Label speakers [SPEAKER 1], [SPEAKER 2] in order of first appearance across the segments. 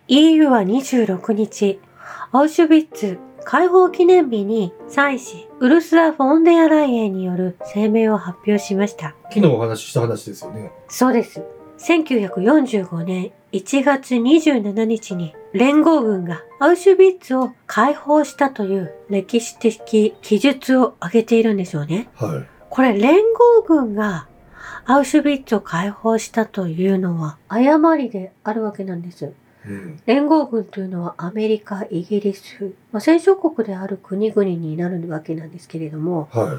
[SPEAKER 1] EU は26日、アウシュビッツ解放記念日に祭司ウルスラ・フォンデアライエンによる声明を発表しました。
[SPEAKER 2] 昨日お話しした話ですよね。
[SPEAKER 1] そうです。1945年1月27日に連合軍がアウシュビッツを解放したという歴史的記述を挙げているんですよね。
[SPEAKER 2] はい。
[SPEAKER 1] これ連合軍がアウシュビッツを解放したというのは誤りであるわけなんです。連合軍というのはアメリカ、イギリス、戦勝国である国々になるわけなんですけれども、
[SPEAKER 2] はい。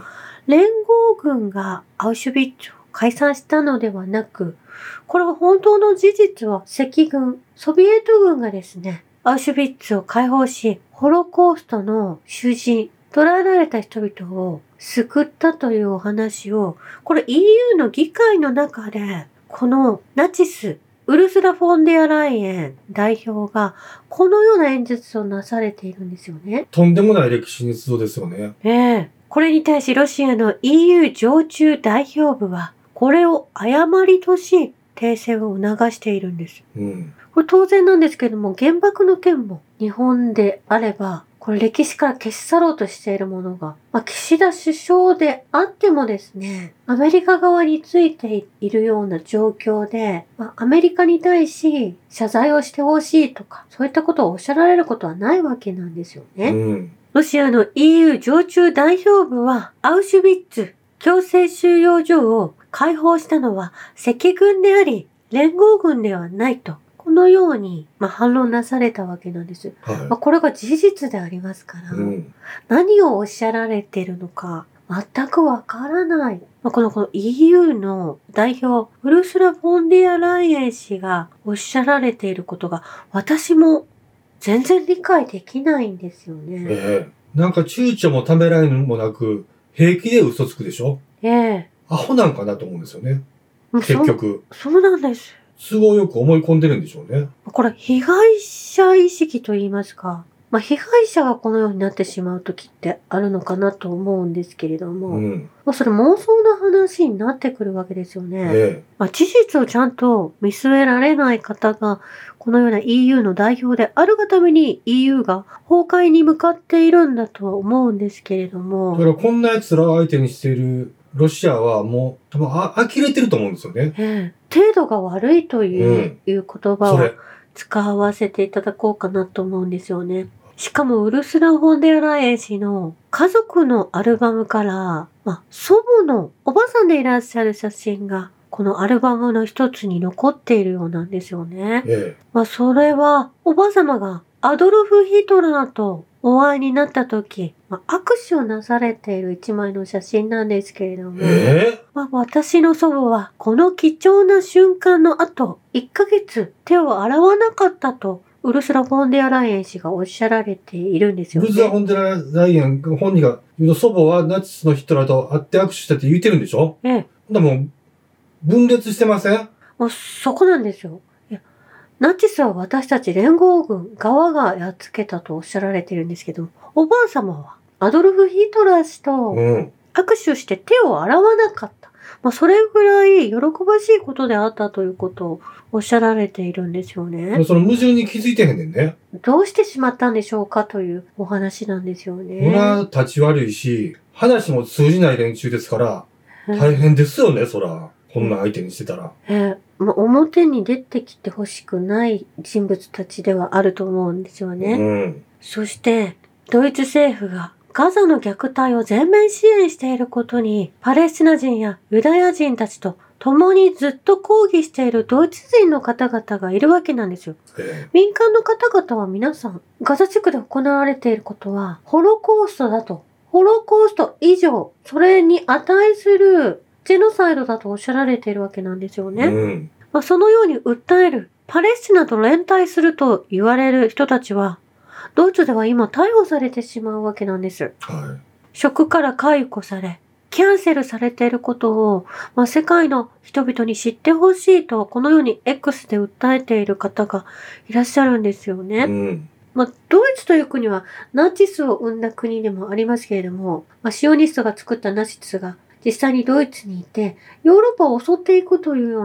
[SPEAKER 1] 連合軍がアウシュビッツを解散したのではなく、これは本当の事実は赤軍、ソビエト軍がですね、アウシュビッツを解放し、ホロコーストの囚人、捕らえられた人々を救ったというお話を、これ EU の議会の中で、このナチス、ウルスラ・フォンデアライエン代表がこのような演説をなされているんですよね。
[SPEAKER 2] とんでもない歴史捏造ですよね。
[SPEAKER 1] これに対しロシアの EU 常駐代表部はこれを誤りとし訂正を促しているんです。これ当然なんですけども、原爆の件も日本であればこれ歴史から消し去ろうとしているものが、岸田首相であってもですね、アメリカ側についているような状況で、アメリカに対し謝罪をしてほしいとか、そういったことをおっしゃられることはないわけなんですよね。ロシアの EU 常駐代表部は、アウシュビッツ強制収容所を解放したのは赤軍であり、連合軍ではないと。このように、反論なされたわけなんです。
[SPEAKER 2] はい。
[SPEAKER 1] これが事実でありますから、何をおっしゃられているのか全くわからない。この EU の代表、ウルスラ・フォンディアライエン氏がおっしゃられていることが私も全然理解できないんですよね。
[SPEAKER 2] なんか躊躇もためらいもなく平気で嘘つくでしょ。アホなんかなと思うんですよね。結局。
[SPEAKER 1] そうなんです。
[SPEAKER 2] 都合よく思い込んでるんでしょうね。
[SPEAKER 1] これ被害者意識と言いますか。被害者がこのようになってしまう時ってあるのかなと思うんですけれども、それ妄想の話になってくるわけですよね。事実をちゃんと見据えられない方がこのような EU の代表であるがために EU が崩壊に向かっているんだとは思うんですけれども。
[SPEAKER 2] だからこんな奴らを相手にしているロシアはもう多分呆れてると思うんですよね。
[SPEAKER 1] 程度が悪いという言葉を使わせていただこうかなと思うんですよね。しかもウルスラ・フォンデアライエン氏の家族のアルバムから、祖母のおばさんでいらっしゃる写真がこのアルバムの一つに残っているようなんですよね。それはおばあ様がアドルフ・ヒトラーとお会いになった時、握手をなされている一枚の写真なんですけれども、私の祖母はこの貴重な瞬間の後、1ヶ月手を洗わなかったと、ウルスラ・フォンデアライエン氏がおっしゃられているんですよね。
[SPEAKER 2] ウルスラ・フォンデアライエン本人が言うと祖母はナチスのヒトラーと会って握手したって言ってるんでしょ。でも分裂してません？
[SPEAKER 1] そこなんですよ。ナチスは私たち連合軍側がやっつけたとおっしゃられているんですけど、おばあ様はアドルフ・ヒトラー氏と握手して手を洗わなかった。それぐらい喜ばしいことであったということをおっしゃられているんですよね。
[SPEAKER 2] その矛盾に気づいてへんねんね。
[SPEAKER 1] どうしてしまったんでしょうかというお話なんですよね。
[SPEAKER 2] ほら、立ち悪いし、話も通じない連中ですから、大変ですよね、そら。こんな相手にしてたら。
[SPEAKER 1] 表に出てきてほしくない人物たちではあると思うんですよね。そして、ドイツ政府がガザの虐待を全面支援していることに、パレスチナ人やユダヤ人たちと共にずっと抗議しているドイツ人の方々がいるわけなんですよ。民間の方々は皆さん、ガザ地区で行われていることは、ホロコーストだと。ホロコースト以上、それに値するジェノサイドだとおっしゃられているわけなんですよね。そのように訴える、パレスチナと連帯すると言われる人たちは、ドイツでは今逮捕されてしまうわけなんです。職から解雇され、キャンセルされていることを、世界の人々に知ってほしいと、このように X で訴えている方がいらっしゃるんですよね。ドイツという国はナチスを生んだ国でもありますけれども、シオニストが作ったナチスが実際にドイツにいて、ヨーロッパを襲っていくというような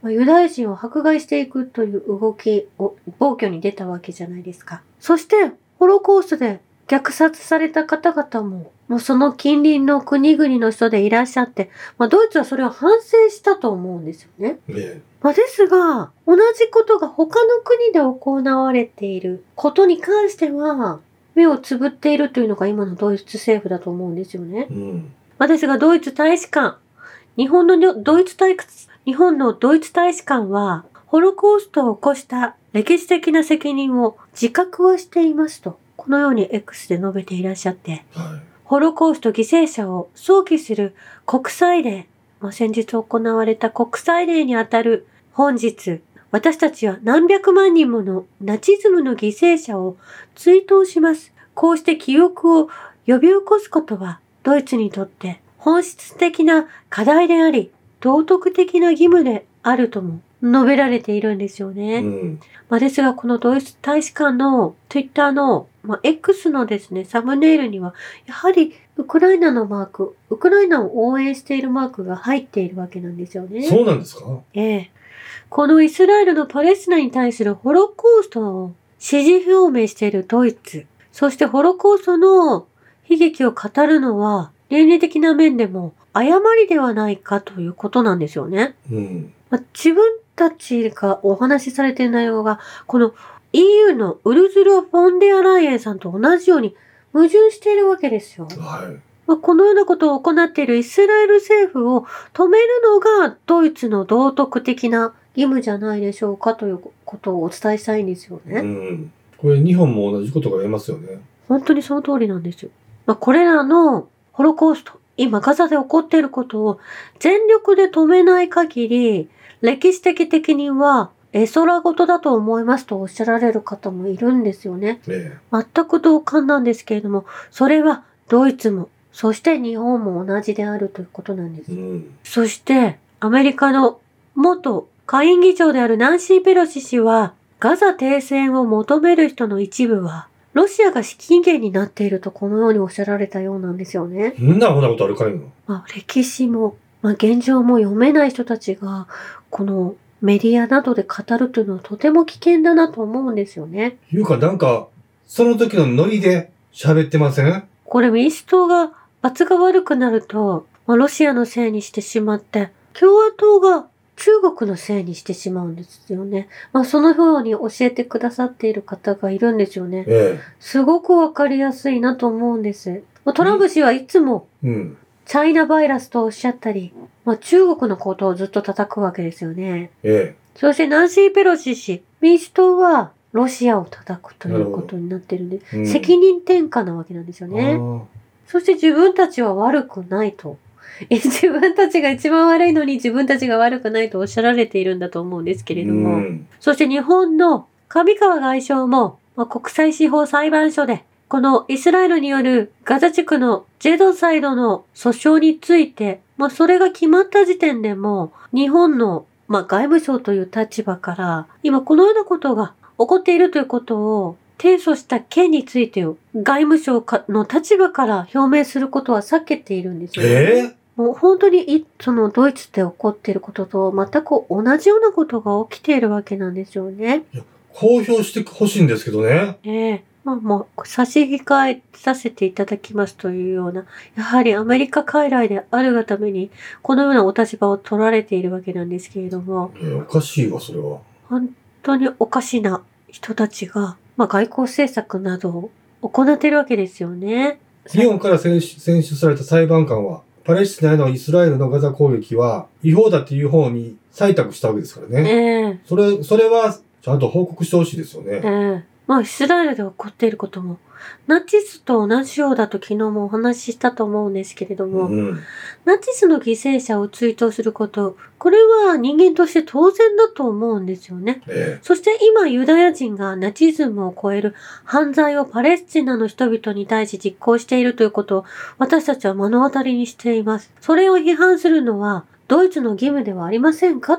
[SPEAKER 1] ユダヤ人を迫害していくという動きを暴挙に出たわけじゃないですか。そして、ホロコーストで虐殺された方々も、もうその近隣の国々の人でいらっしゃって、ドイツはそれを反省したと思うんですよね。ですが、同じことが他の国で行われていることに関しては、目をつぶっているというのが今のドイツ政府だと思うんですよね。ですが、ドイツ大使館、日本のドイツ大使館は、ホロコーストを起こした歴史的な責任を自覚はしていますと、このように X で述べていらっしゃって、ホロコースト犠牲者を葬儀する国際デー、先日行われた国際デーにあたる本日、私たちは何百万人ものナチズムの犠牲者を追悼します。こうして記憶を呼び起こすことは、ドイツにとって本質的な課題であり、道徳的な義務であるとも述べられているんですよね。ですが、このドイツ大使館の Twitter の、X のですね、サムネイルには、やはりウクライナのマーク、ウクライナを応援しているマークが入っているわけなんですよね。
[SPEAKER 2] そうなんですか？
[SPEAKER 1] このイスラエルのパレスチナに対するホロコーストを支持表明しているドイツ、そしてホロコーストの悲劇を語るのは、倫理的な面でも誤りではないかということなんですよね。自分たちがお話しされている内容が、この EU のウルズラ・フォンデアライエンさんと同じように矛盾しているわけですよ。このようなことを行っているイスラエル政府を止めるのがドイツの道徳的な義務じゃないでしょうかということをお伝えしたいんですよね。
[SPEAKER 2] これ日本も同じことが言えますよね。
[SPEAKER 1] 本当にその通りなんですよ。これらのホロコースト、今ガザで起こっていることを全力で止めない限り、歴史的責任は絵空事だと思いますとおっしゃられる方もいるんですよね。全く同感なんですけれども、それはドイツも、そして日本も同じであるということなんです。そして、アメリカの元下院議長であるナンシー・ペロシ氏は、ガザ停戦を求める人の一部は、ロシアが資金源になっているとこのようにおっしゃられたようなんですよね。
[SPEAKER 2] そんなことあるかいの？
[SPEAKER 1] 歴史も、現状も読めない人たちが、このメディアなどで語るというのはとても危険だなと思うんですよね。
[SPEAKER 2] その時のノリで喋ってません？
[SPEAKER 1] これ民主党が、罰が悪くなると、ロシアのせいにしてしまって、共和党が中国のせいにしてしまうんですよね。そのように教えてくださっている方がいるんですよね。すごくわかりやすいなと思うんです。トランプ氏はいつも、チャイナバイラスとおっしゃったり、中国のことをずっと叩くわけですよね。そしてナンシー・ペロシ氏、民主党はロシアを叩くということになってるんで、責任転嫁なわけなんですよね。そして自分たちは悪くないと。自分たちが一番悪いのに自分たちが悪くないとおっしゃられているんだと思うんですけれども。そして日本の上川外相も、国際司法裁判所で、このイスラエルによるガザ地区のジェノサイドの訴訟について、それが決まった時点でも、日本の、外務省という立場から、今このようなことが起こっているということを、提訴した件についてを外務省の立場から表明することは避けているんですよね。もう本当にそのドイツで起こっていることと全く同じようなことが起きているわけなんですよね。
[SPEAKER 2] 公表してほしいんですけどね。
[SPEAKER 1] 差し控えさせていただきますというような、やはりアメリカ傀儡であるがために、このようなお立場を取られているわけなんですけれども。
[SPEAKER 2] おかしいわ、それは。
[SPEAKER 1] 本当におかしな人たちが、外交政策などを行っているわけですよね。
[SPEAKER 2] 日本から選出された裁判官は、パレスチナへのイスラエルのガザ攻撃は違法だっていう方に採択したわけですからね。それはちゃんと報告してほしいですよね。
[SPEAKER 1] イスラエルで起こっていることも、ナチスと同じようだと昨日もお話ししたと思うんですけれども、ナチスの犠牲者を追悼すること、これは人間として当然だと思うんですよね。そして今ユダヤ人がナチズムを超える犯罪をパレスチナの人々に対し実行しているということを私たちは目の当たりにしています。それを批判するのはドイツの義務ではありませんかと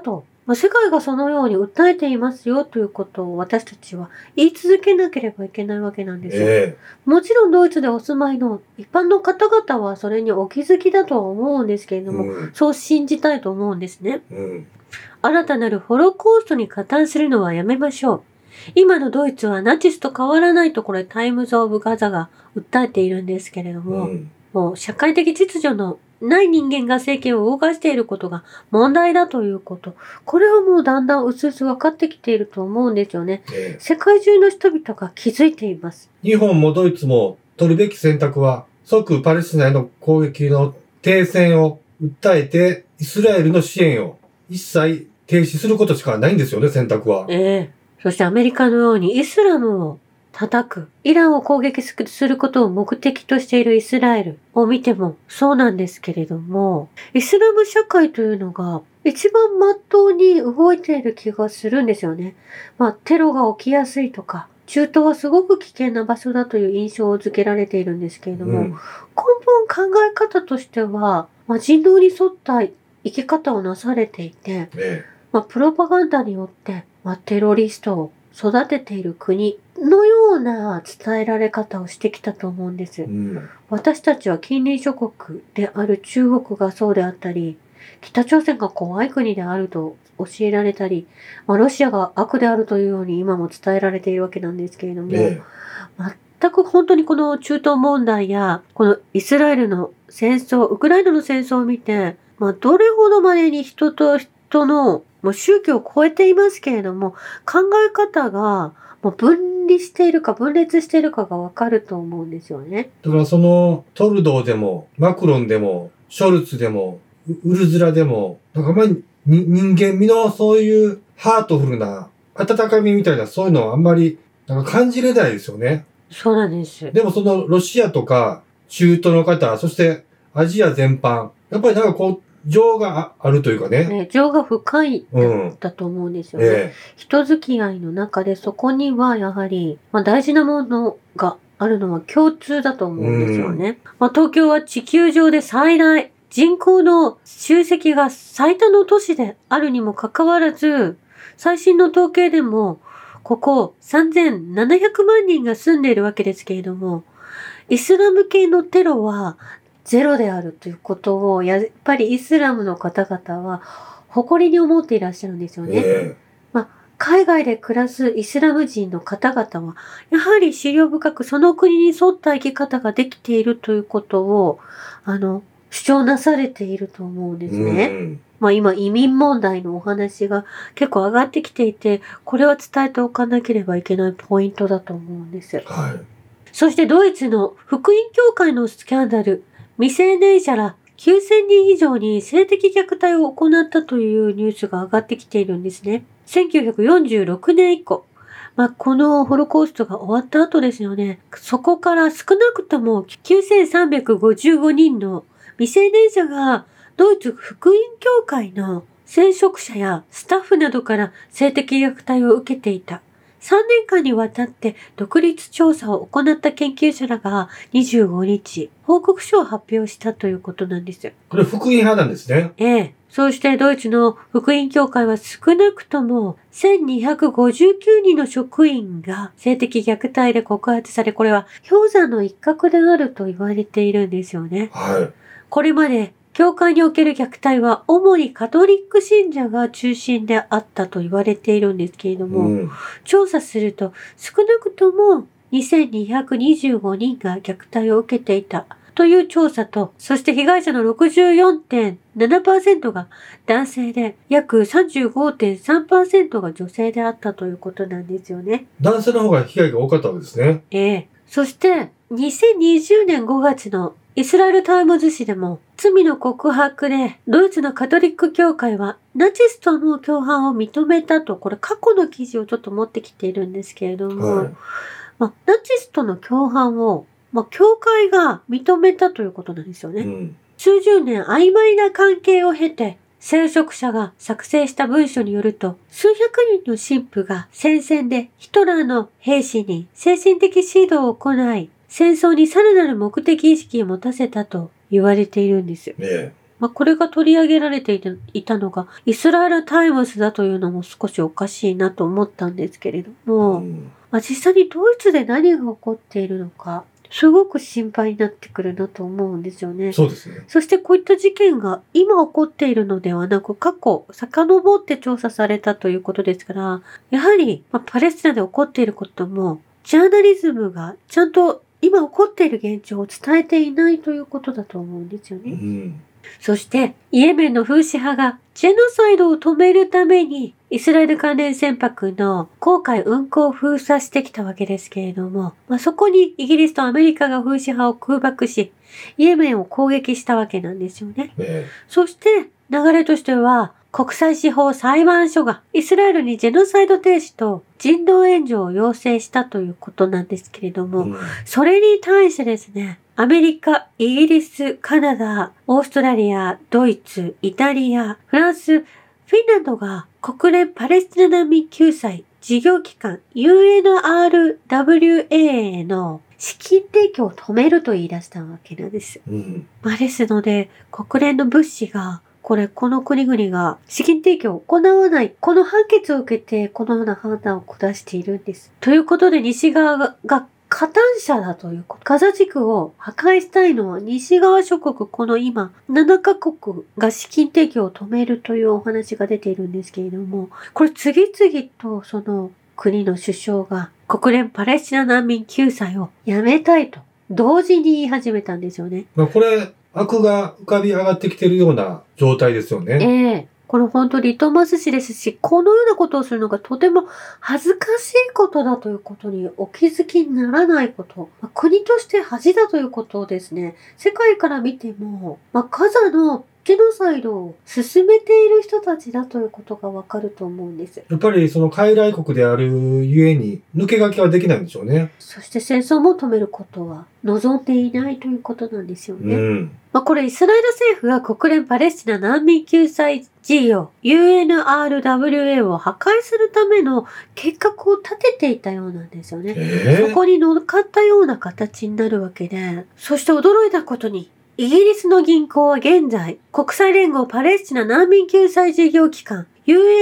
[SPEAKER 1] 世界がそのように訴えていますよということを私たちは言い続けなければいけないわけなんですよ。もちろんドイツでお住まいの一般の方々はそれにお気づきだとは思うんですけれども、そう信じたいと思うんですね。新たなるホロコーストに加担するのはやめましょう。今のドイツはナチスと変わらないとこれタイムズ・オブ・ガザが訴えているんですけれども、もう社会的秩序のない人間が政権を動かしていることが問題だということ。これはもうだんだん薄々分かってきていると思うんですよね。世界中の人々が気づいています。
[SPEAKER 2] 日本もドイツも取るべき選択は即パレスチナへの攻撃の停戦を訴えてイスラエルの支援を一切停止することしかないんですよね、選択は。
[SPEAKER 1] そしてアメリカのようにイスラムを叩く、イランを攻撃することを目的としているイスラエルを見てもそうなんですけれども、イスラム社会というのが一番真っ当に動いている気がするんですよね。テロが起きやすいとか、中東はすごく危険な場所だという印象を付けられているんですけれども、根本考え方としては、人道に沿った生き方をなされていて、プロパガンダによって、テロリストを育てている国のような伝えられ方をしてきたと思うんです。私たちは近隣諸国である中国がそうであったり、北朝鮮が怖い国であると教えられたり、ロシアが悪であるというように今も伝えられているわけなんですけれども、全く本当にこの中東問題や、このイスラエルの戦争、ウクライナの戦争を見て、どれほどまでに人と人の宗教を超えていますけれども、考え方が分離しているか分裂しているかがわかると思うんですよね。
[SPEAKER 2] だからそのトルドーでもマクロンでもショルツでもウルズラでも人間味のそういうハートフルな温かみみたいなそういうのはあんまり感じれないですよね。
[SPEAKER 1] そうなんです。
[SPEAKER 2] でもそのロシアとか中東の方、そしてアジア全般、やっぱり情があるというかね。
[SPEAKER 1] 情が深いだと思うんですよね。人付き合いの中でそこにはやはり、大事なものがあるのは共通だと思うんですよね。東京は地球上で最大、人口の集積が最多の都市であるにもかかわらず、最新の統計でも、ここ3700万人が住んでいるわけですけれども、イスラム系のテロはゼロであるということを、やっぱりイスラムの方々は誇りに思っていらっしゃるんですよね。海外で暮らすイスラム人の方々は、やはり思慮深くその国に沿った生き方ができているということを、主張なされていると思うんですね。今移民問題のお話が結構上がってきていて、これは伝えておかなければいけないポイントだと思うんです。そしてドイツの福音教会のスキャンダル、未成年者ら9000人以上に性的虐待を行ったというニュースが上がってきているんですね。1946年以降、このホロコーストが終わった後ですよね。そこから少なくとも9355人の未成年者がドイツ福音教会の聖職者やスタッフなどから性的虐待を受けていた。3年間にわたって独立調査を行った研究者らが25日、報告書を発表したということなんです。
[SPEAKER 2] これ福音派なんですね。
[SPEAKER 1] そうしてドイツの福音教会は少なくとも1259人の職員が性的虐待で告発され、これは氷山の一角であると言われているんですよね。これまで教会における虐待は主にカトリック信者が中心であったと言われているんですけれども、調査すると少なくとも2225人が虐待を受けていたという調査と、そして被害者の 64.7% が男性で約 35.3% が女性であったということなんですよね。
[SPEAKER 2] 男性の方が被害が多かったわけですね。
[SPEAKER 1] そして2020年5月のイスラエルタイムズ紙でも罪の告白でドイツのカトリック教会はナチスとの共犯を認めたと、これ過去の記事をちょっと持ってきているんですけれども、ナチスとの共犯を教会が認めたということなんですよね。数十年曖昧な関係を経て聖職者が作成した文書によると、数百人の神父が戦線でヒトラーの兵士に精神的指導を行い、戦争にさらなる目的意識を持たせたと言われているんです。 これが取り上げられていたのがイスラエルタイムズだというのも少しおかしいなと思ったんですけれども、実際にドイツで何が起こっているのか、すごく心配になってくるなと思うんですよね。
[SPEAKER 2] そうですね。
[SPEAKER 1] そしてこういった事件が今起こっているのではなく、過去、遡って調査されたということですから、やはり、パレスチナで起こっていることも、ジャーナリズムがちゃんと今起こっている現状を伝えていないということだと思うんですよね。そして、イエメンのフーシ派がジェノサイドを止めるために、イスラエル関連船舶の航海運航を封鎖してきたわけですけれども、そこにイギリスとアメリカがフーシ派を空爆し、イエメンを攻撃したわけなんですよね。そして、流れとしては、国際司法裁判所がイスラエルにジェノサイド停止と人道援助を要請したということなんですけれども、それに対してですね、アメリカ、イギリス、カナダ、オーストラリア、ドイツ、イタリア、フランス、フィンランドが国連パレスチナ難民救済事業機関 UNRWA への資金提供を止めると言い出したわけなんです。ですので、国連の物資がこの国々が資金提供を行わない、この判決を受けて、このような判断を下しているんです。ということで、西側が加担者だということ。ガザ地区を破壊したいのは西側諸国、この今、7カ国が資金提供を止めるというお話が出ているんですけれども、これ次々とその国の首相が国連パレスチナ難民救済をやめたいと同時に言い始めたんですよね。
[SPEAKER 2] これ、悪が浮かび上がってきているような状態ですよね。
[SPEAKER 1] これ本当リトマス紙ですし、このようなことをするのがとても恥ずかしいことだということにお気づきにならないこと。国として恥だということをですね、世界から見ても、ガザのジェノサイドを進めている人たちだということがわかると思うんです。
[SPEAKER 2] やっぱりその傀儡国であるゆえに抜け駆けはできないんでしょうね。
[SPEAKER 1] そして戦争も止めることは望んでいないということなんですよね。これイスラエル政府が国連パレスチナ難民救済事業 UNRWA を破壊するための計画を立てていたようなんですよね。そこに乗っかったような形になるわけで、そして驚いたことにイギリスの銀行は現在、国際連合パレスチナ難民救済事業機関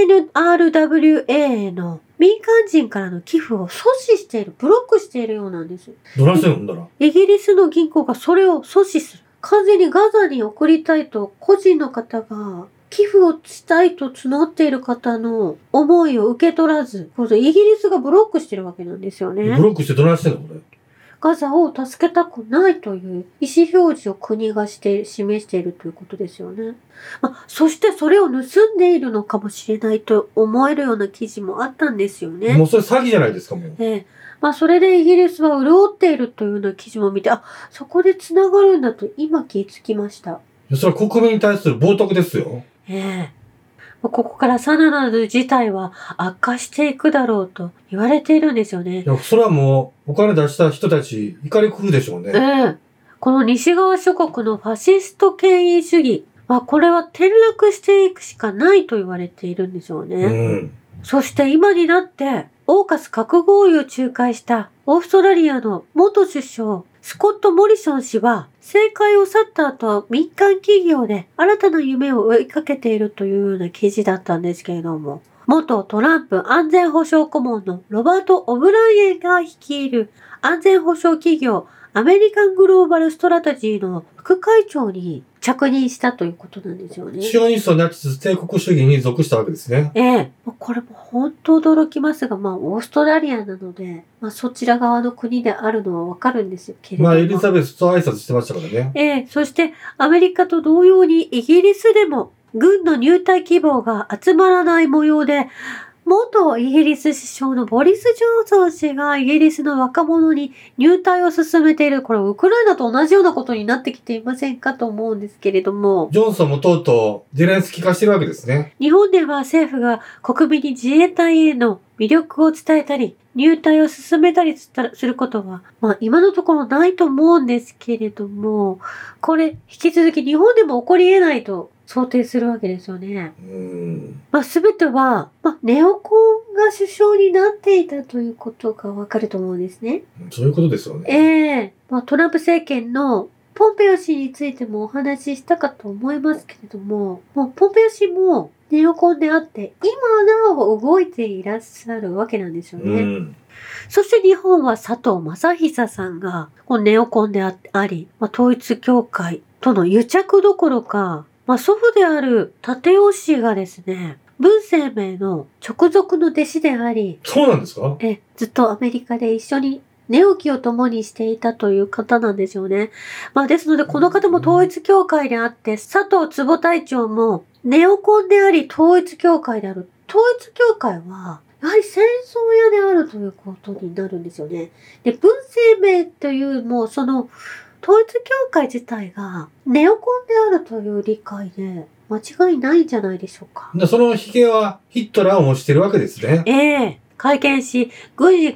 [SPEAKER 1] UNRWA への民間人からの寄付を阻止している、ブロックしているようなんです。
[SPEAKER 2] どないしてるんだろう。
[SPEAKER 1] イギリスの銀行がそれを阻止する。完全にガザに送りたいと個人の方が寄付をしたいと募っている方の思いを受け取らず、イギリスがブロックしてるわけなんですよね。
[SPEAKER 2] ブロックしてどないしてんのこれ。
[SPEAKER 1] ガザを助けたくないという意思表示を国が示しているということですよね。そしてそれを盗んでいるのかもしれないと思えるような記事もあったんですよね。
[SPEAKER 2] もうそれ詐欺じゃないですか、もう。
[SPEAKER 1] それでイギリスは潤っているというような記事も見て、そこで繋がるんだと今気づきました。
[SPEAKER 2] それは国民に対する冒涜ですよ。
[SPEAKER 1] ここからさらなる事態は悪化していくだろうと言われているんですよね。
[SPEAKER 2] それはもうお金出した人たち怒り狂うでしょうね。
[SPEAKER 1] この西側諸国のファシスト権威主義はこれは転落していくしかないと言われているんでしょうね。そして今になってオーカス核合意を仲介したオーストラリアの元首相スコット・モリソン氏は政界を去った後民間企業で新たな夢を追いかけているというような記事だったんですけれども、元トランプ安全保障顧問のロバート・オブライエンが率いる安全保障企業アメリカングローバルストラテジーの副会長に着任したということなんですよね。
[SPEAKER 2] シオニストナチス帝国主義に属したわけですね。
[SPEAKER 1] これも本当驚きますが、オーストラリアなので、そちら側の国であるのはわかるんですよけれども。
[SPEAKER 2] エリザベスと挨拶してましたからね。
[SPEAKER 1] そしてアメリカと同様にイギリスでも軍の入隊希望が集まらない模様で、元イギリス首相のボリス・ジョンソン氏がイギリスの若者に入隊を進めている。これウクライナと同じようなことになってきていませんかと思うんですけれども。
[SPEAKER 2] ジョンソンもとうとうゼレンスキー化してるわけですね。
[SPEAKER 1] 日本では政府が国民に自衛隊への魅力を伝えたり、入隊を進めたりすることは、今のところないと思うんですけれども、これ引き続き日本でも起こり得ないと想定するわけですよね。すべては、ネオコンが首相になっていたということがわかると思うんですね。
[SPEAKER 2] そういうことですよね。
[SPEAKER 1] トランプ政権のポポンペオ氏についてもお話ししたかと思いますけれども、もうポンペオ氏もネオコンであって、今なお動いていらっしゃるわけなんですよね。そして日本は佐藤正久さんがネオコンであり、統一教会との癒着どころか、祖父である立尾氏がですね、文鮮明の直属の弟子であり、
[SPEAKER 2] そうなんですか？
[SPEAKER 1] ずっとアメリカで一緒に寝起きを共にしていたという方なんですよね。ですので、この方も統一教会であって、佐藤坪隊長もネオコンであり、統一教会である。統一教会は、やはり戦争屋であるということになるんですよね。で、文鮮明というもうその、統一教会自体がネオコンであるという理解で間違いないんじゃないでしょうか。
[SPEAKER 2] そのヒゲはヒットラーを模してるわけですね。
[SPEAKER 1] 会見し、軍事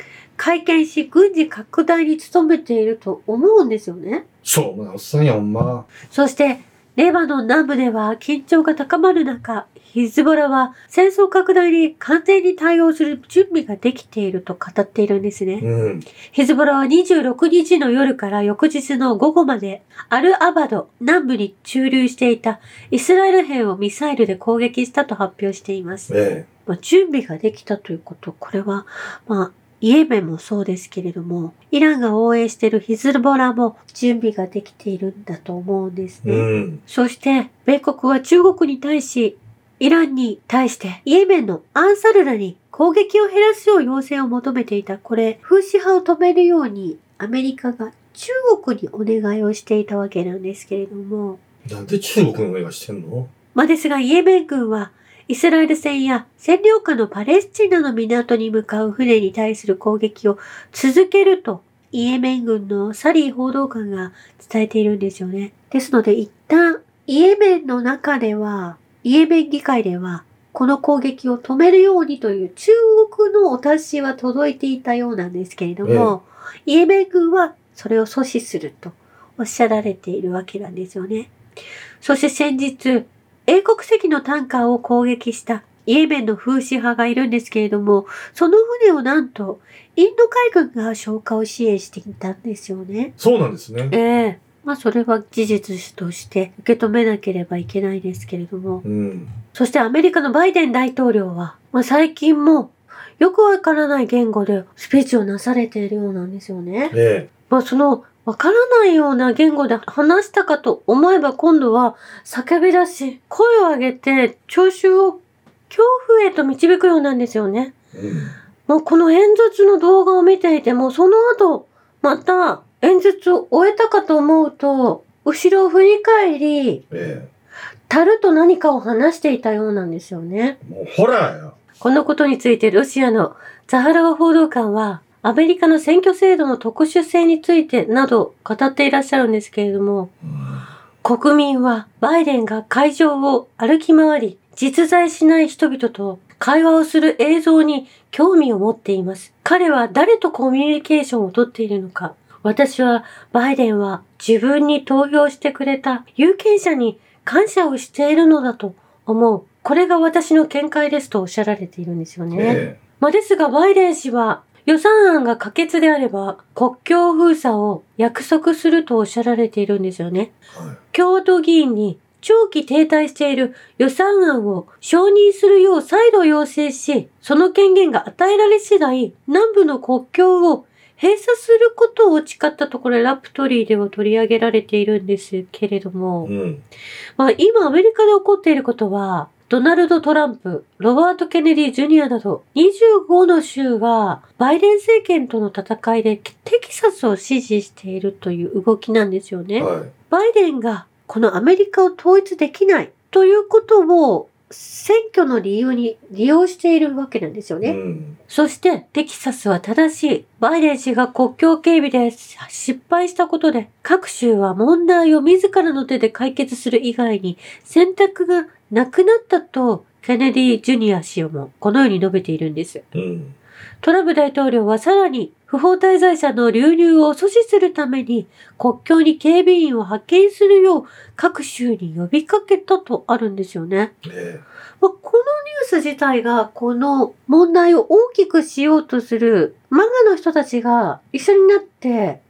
[SPEAKER 1] 拡大に努めていると思うんですよね。
[SPEAKER 2] そうなおっさんやほんま。
[SPEAKER 1] そして、レバノン南部では緊張が高まる中、ヒズボラは戦争拡大に完全に対応する準備ができていると語っているんですね。ヒズボラは26日の夜から翌日の午後までアルアバド南部に駐留していたイスラエル兵をミサイルで攻撃したと発表しています。準備ができたということ、これはイエメンもそうですけれども、イランが応援しているヒズボラも準備ができているんだと思うんですね。そして、米国は中国に対し、イランに対して、イエメンのアンサルラに攻撃を減らすよう要請を求めていた。これ、フーシ派を止めるように、アメリカが中国にお願いをしていたわけなんですけれども。
[SPEAKER 2] なんで中国にお願いしてんの？
[SPEAKER 1] ですが、イエメン軍は、イスラエル船や占領下のパレスチナの港に向かう船に対する攻撃を続けると、イエメン軍のサリー報道官が伝えているんですよね。ですので、一旦、イエメンの中では、イエメン議会では、この攻撃を止めるようにという中国のお達しは届いていたようなんですけれども、イエメン軍はそれを阻止するとおっしゃられているわけなんですよね。そして先日、英国籍のタンカーを攻撃したイエメンのフーシ派がいるんですけれども、その船をなんとインド海軍が消火を支援していたんですよね。
[SPEAKER 2] そうなんですね。
[SPEAKER 1] それは事実として受け止めなければいけないですけれども。そしてアメリカのバイデン大統領は、最近もよくわからない言語でスピーチをなされているようなんですよね。そのわからないような言語で話したかと思えば今度は叫び出し、声を上げて聴衆を恐怖へと導くようなんですよね。もうこの演説の動画を見ていても、その後、また演説を終えたかと思うと、後ろを振り返り、たると何かを話していたようなんですよね。
[SPEAKER 2] もうホラーや。
[SPEAKER 1] このことについてロシアのザハロワ報道官は、アメリカの選挙制度の特殊性についてなど語っていらっしゃるんですけれども、国民はバイデンが会場を歩き回り、実在しない人々と会話をする映像に興味を持っています。彼は誰とコミュニケーションをとっているのか。私はバイデンは自分に投票してくれた有権者に感謝をしているのだと思う。これが私の見解ですとおっしゃられているんですよね。ですがバイデン氏は予算案が可決であれば国境封鎖を約束するとおっしゃられているんですよね。共和党議員に長期停滞している予算案を承認するよう再度要請し、その権限が与えられ次第、南部の国境を閉鎖することを誓ったところ、ラプトリーでは取り上げられているんですけれども、今アメリカで起こっていることは、ドナルド・トランプ、ロバート・ケネディ・ジュニアなど25の州がバイデン政権との戦いでテキサスを支持しているという動きなんですよね。バイデンがこのアメリカを統一できないということを選挙の理由に利用しているわけなんですよね。そしてテキサスは正しい。バイデン氏が国境警備で失敗したことで各州は問題を自らの手で解決する以外に選択がなくなったとケネディ・ジュニア氏もこのように述べているんです。トランプ大統領はさらに不法滞在者の流入を阻止するために国境に警備員を派遣するよう各州に呼びかけたとあるんですよね。このニュース自体がこの問題を大きくしようとするマガの人たちが一緒になって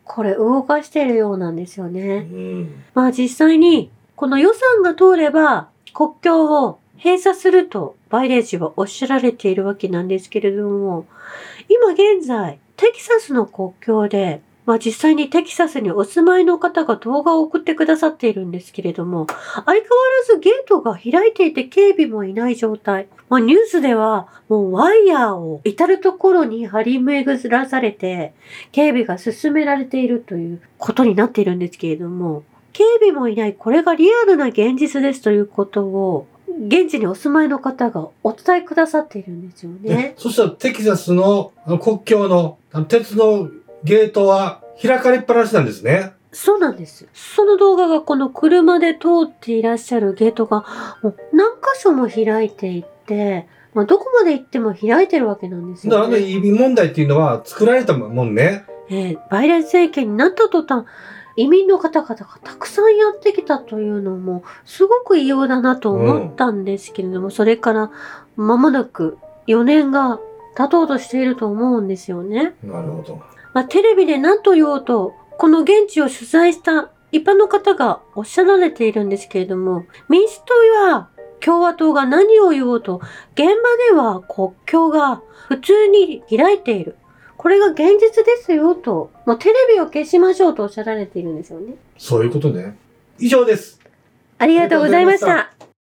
[SPEAKER 1] これ動かしているようなんですよね。
[SPEAKER 2] ま
[SPEAKER 1] あ実際に、この予算が通れば国境を閉鎖するとバイデン氏はおっしゃられているわけなんですけれども、今現在、テキサスの国境で、実際にテキサスにお住まいの方が動画を送ってくださっているんですけれども、相変わらずゲートが開いていて警備もいない状態。ニュースではもうワイヤーを至るところに張り巡らされて、警備が進められているということになっているんですけれども、警備もいない、これがリアルな現実ですということを、現地にお住まいの方がお伝えくださっているんですよね。
[SPEAKER 2] そしたらテキサスの国境の鉄のゲートは開かれっぱなしなんですね。
[SPEAKER 1] そうなんです。その動画がこの車で通っていらっしゃるゲートがもう何箇所も開いていて、どこまで行っても開いてるわけなんですよね。
[SPEAKER 2] 移民問題っていうのは作られたもんね。
[SPEAKER 1] バイデン政権になった途端、移民の方々がたくさんやってきたというのもすごく異様だなと思ったんですけれども、それから間もなく4年が経とうとしていると思うんですよね。
[SPEAKER 2] なるほど。
[SPEAKER 1] テレビで何と言おうと、この現地を取材した一般の方がおっしゃられているんですけれども、民主党や共和党が何を言おうと、現場では国境が普通に開いている。これが現実ですよと、テレビを消しましょうとおっしゃられているんですよね。
[SPEAKER 2] そういうことね。以上です。
[SPEAKER 1] ありがとうございました。